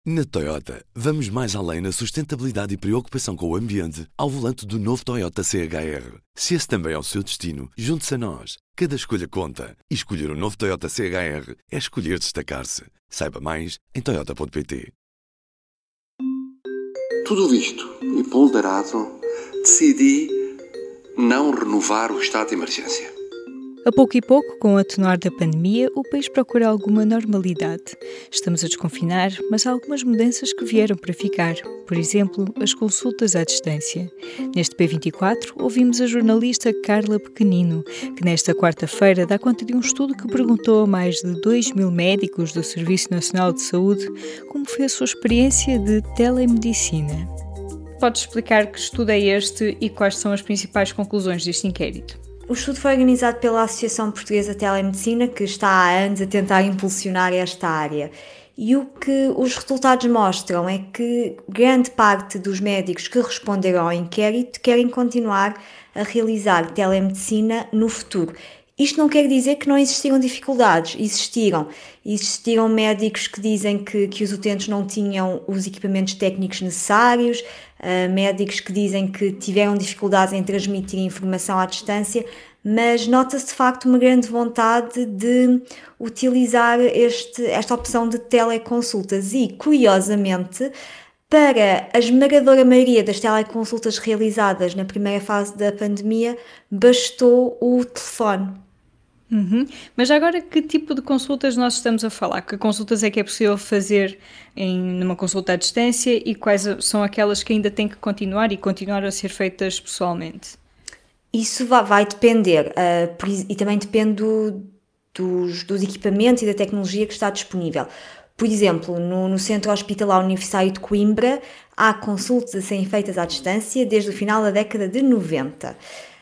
Na Toyota, vamos mais além na sustentabilidade e preocupação com o ambiente ao volante do novo Toyota CHR. Se esse também é o seu destino, junte-se a nós. Cada escolha conta. E escolher o novo Toyota CHR é escolher destacar-se. Saiba mais em toyota.pt. Tudo visto e ponderado, decidi não renovar o estado de emergência. A pouco e pouco, com o atenuar da pandemia, o país procura alguma normalidade. Estamos a desconfinar, mas há algumas mudanças que vieram para ficar. Por exemplo, as consultas à distância. Neste P24, ouvimos a jornalista Carla Pequenino, que nesta quarta-feira dá conta de um estudo que perguntou a mais de 2.000 médicos do Serviço Nacional de Saúde como foi a sua experiência de telemedicina. Podes explicar que estudo é este e quais são as principais conclusões deste inquérito? O estudo foi organizado pela Associação Portuguesa de Telemedicina, que está há anos a tentar impulsionar esta área. E o que os resultados mostram é que grande parte dos médicos que responderam ao inquérito querem continuar a realizar telemedicina no futuro. Isto não quer dizer que não existiram dificuldades, existiram médicos que dizem que os utentes não tinham os equipamentos técnicos necessários, médicos que dizem que tiveram dificuldades em transmitir informação à distância, mas nota-se de facto uma grande vontade de utilizar esta opção de teleconsultas e, curiosamente, para a esmagadora maioria das teleconsultas realizadas na primeira fase da pandemia, bastou o telefone. Mas agora, que tipo de consultas nós estamos a falar? Que consultas é que é possível fazer numa consulta à distância e quais são aquelas que ainda têm que continuar a ser feitas pessoalmente? Isso vai depender e também depende dos equipamentos e da tecnologia que está disponível. Por exemplo, no Centro Hospitalar Universitário de Coimbra, há consultas a serem feitas à distância desde o final da década de 90.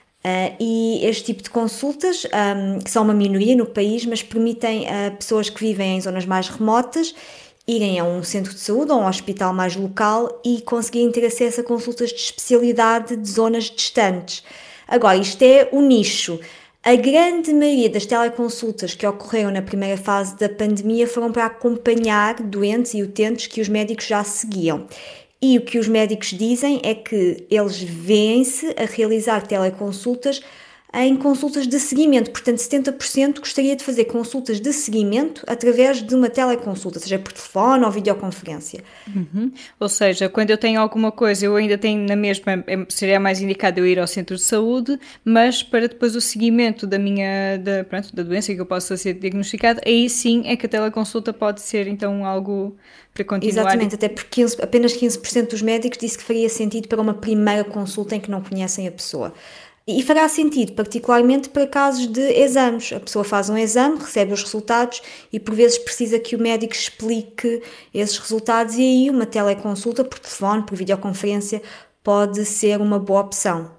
E este tipo de consultas, que são uma minoria no país, mas permitem a pessoas que vivem em zonas mais remotas irem a um centro de saúde ou a um hospital mais local e conseguirem ter acesso a consultas de especialidade de zonas distantes. Agora, isto é o nicho. A grande maioria das teleconsultas que ocorreram na primeira fase da pandemia foram para acompanhar doentes e utentes que os médicos já seguiam. E o que os médicos dizem é que eles vêem-se a realizar teleconsultas em consultas de seguimento. Portanto, 70% gostaria de fazer consultas de seguimento através de uma teleconsulta, seja por telefone ou videoconferência. Ou seja, quando eu tenho alguma coisa, eu ainda tenho na mesma, seria mais indicado eu ir ao centro de saúde, mas para depois o seguimento da doença que eu possa ser diagnosticada, aí sim é que a teleconsulta pode ser então algo para continuar. Exatamente, até porque apenas 15% dos médicos disse que faria sentido para uma primeira consulta em que não conhecem a pessoa. E fará sentido, particularmente para casos de exames. A pessoa faz um exame, recebe os resultados e por vezes precisa que o médico explique esses resultados e aí uma teleconsulta por telefone, por videoconferência, pode ser uma boa opção.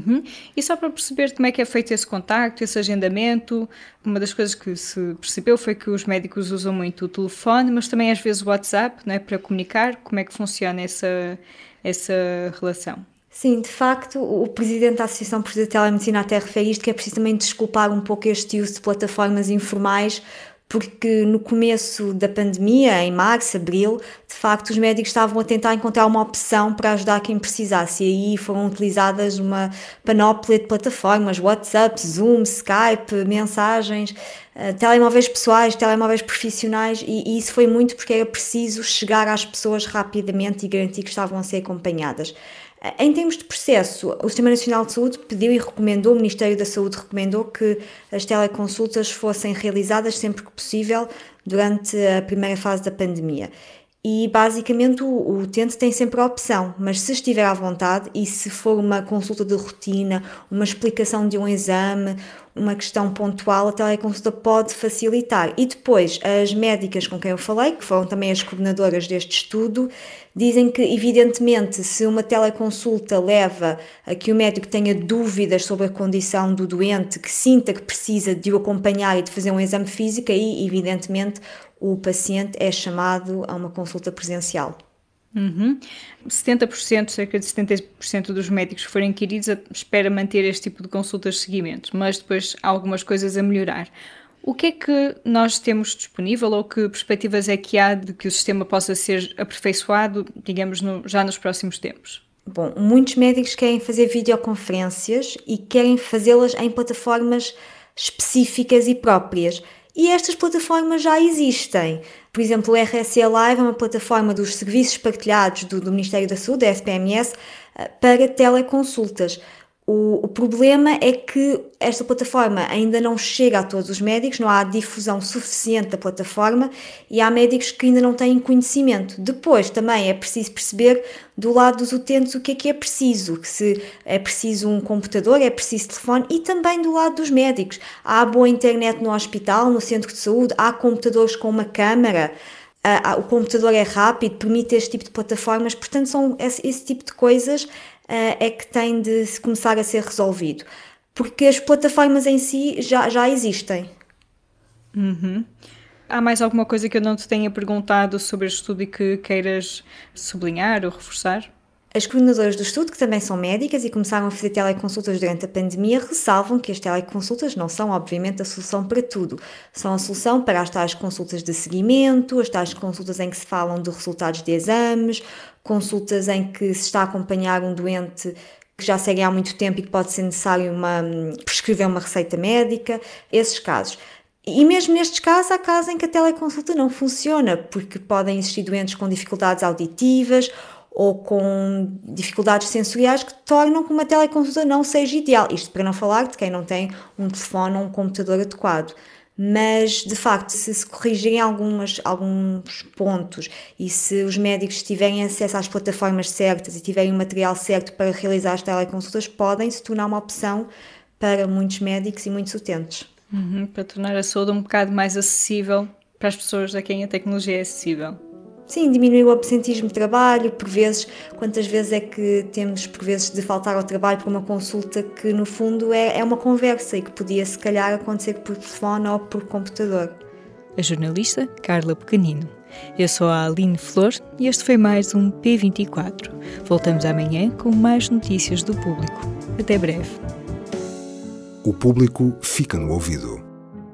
E só para perceber como é que é feito esse contacto, esse agendamento, uma das coisas que se percebeu foi que os médicos usam muito o telefone, mas também às vezes o WhatsApp, não é, para comunicar. Como é que funciona essa relação? Sim, de facto, o presidente da Associação Portuguesa de Telemedicina até refere isto, que é preciso também desculpar um pouco este uso de plataformas informais, porque no começo da pandemia, em março, abril, de facto os médicos estavam a tentar encontrar uma opção para ajudar quem precisasse e aí foram utilizadas uma panóplia de plataformas, WhatsApp, Zoom, Skype, mensagens, telemóveis pessoais, telemóveis profissionais e isso foi muito porque era preciso chegar às pessoas rapidamente e garantir que estavam a ser acompanhadas. Em termos de processo, o Sistema Nacional de Saúde pediu e recomendou, o Ministério da Saúde recomendou que as teleconsultas fossem realizadas sempre que possível durante a primeira fase da pandemia. E basicamente o utente tem sempre a opção, mas se estiver à vontade e se for uma consulta de rotina, uma explicação de um exame, uma questão pontual, a teleconsulta pode facilitar. E depois, as médicas com quem eu falei, que foram também as coordenadoras deste estudo, dizem que, evidentemente, se uma teleconsulta leva a que o médico tenha dúvidas sobre a condição do doente, que sinta que precisa de o acompanhar e de fazer um exame físico, aí, evidentemente, o paciente é chamado a uma consulta presencial. 70%, cerca de 70% dos médicos que forem inquiridos espera manter este tipo de consultas de seguimento, mas depois há algumas coisas a melhorar. O que é que nós temos disponível ou que perspectivas é que há de que o sistema possa ser aperfeiçoado, digamos, já nos próximos tempos? Bom, muitos médicos querem fazer videoconferências e querem fazê-las em plataformas específicas e próprias. E estas plataformas já existem. Por exemplo, o RSC Live é uma plataforma dos serviços partilhados do Ministério da Saúde, da SPMS, para teleconsultas. O problema é que esta plataforma ainda não chega a todos os médicos, não há difusão suficiente da plataforma e há médicos que ainda não têm conhecimento. Depois, também é preciso perceber do lado dos utentes o que é preciso, se é preciso um computador, é preciso telefone e também do lado dos médicos. Há boa internet no hospital, no centro de saúde, há computadores com uma câmara. O computador é rápido, permite este tipo de plataformas, portanto são esse tipo de coisas é que tem de começar a ser resolvido, porque as plataformas em si já existem. Há mais alguma coisa que eu não te tenha perguntado sobre este estudo e que queiras sublinhar ou reforçar? As coordenadoras do estudo, que também são médicas e começaram a fazer teleconsultas durante a pandemia, ressalvam que as teleconsultas não são, obviamente, a solução para tudo. São a solução para as tais consultas de seguimento, as tais consultas em que se falam de resultados de exames, consultas em que se está a acompanhar um doente que já segue há muito tempo e que pode ser necessário prescrever uma receita médica, esses casos. E mesmo nestes casos, há casos em que a teleconsulta não funciona, porque podem existir doentes com dificuldades auditivas ou com dificuldades sensoriais que tornam que uma teleconsulta não seja ideal. Isto para não falar de quem não tem um telefone ou um computador adequado. Mas, de facto, se corrigirem alguns pontos e se os médicos tiverem acesso às plataformas certas e tiverem o material certo para realizar as teleconsultas, podem se tornar uma opção para muitos médicos e muitos utentes. Para tornar a saúde um bocado mais acessível para as pessoas a quem a tecnologia é acessível. Sim, diminuir o absentismo de trabalho, por vezes, quantas vezes é que temos, por vezes, de faltar ao trabalho por uma consulta que, no fundo, é uma conversa e que podia, se calhar, acontecer por telefone ou por computador. A jornalista Carla Pequenino. Eu sou a Aline Flor e este foi mais um P24. Voltamos amanhã com mais notícias do público. Até breve. O público fica no ouvido.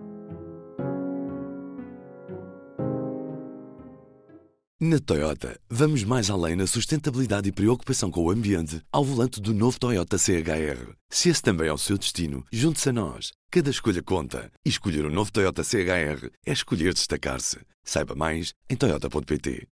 Na Toyota, vamos mais além na sustentabilidade e preocupação com o ambiente ao volante do novo Toyota CHR. Se esse também é o seu destino, junte-se a nós. Cada escolha conta. E escolher o novo Toyota CHR é escolher destacar-se. Saiba mais em toyota.pt.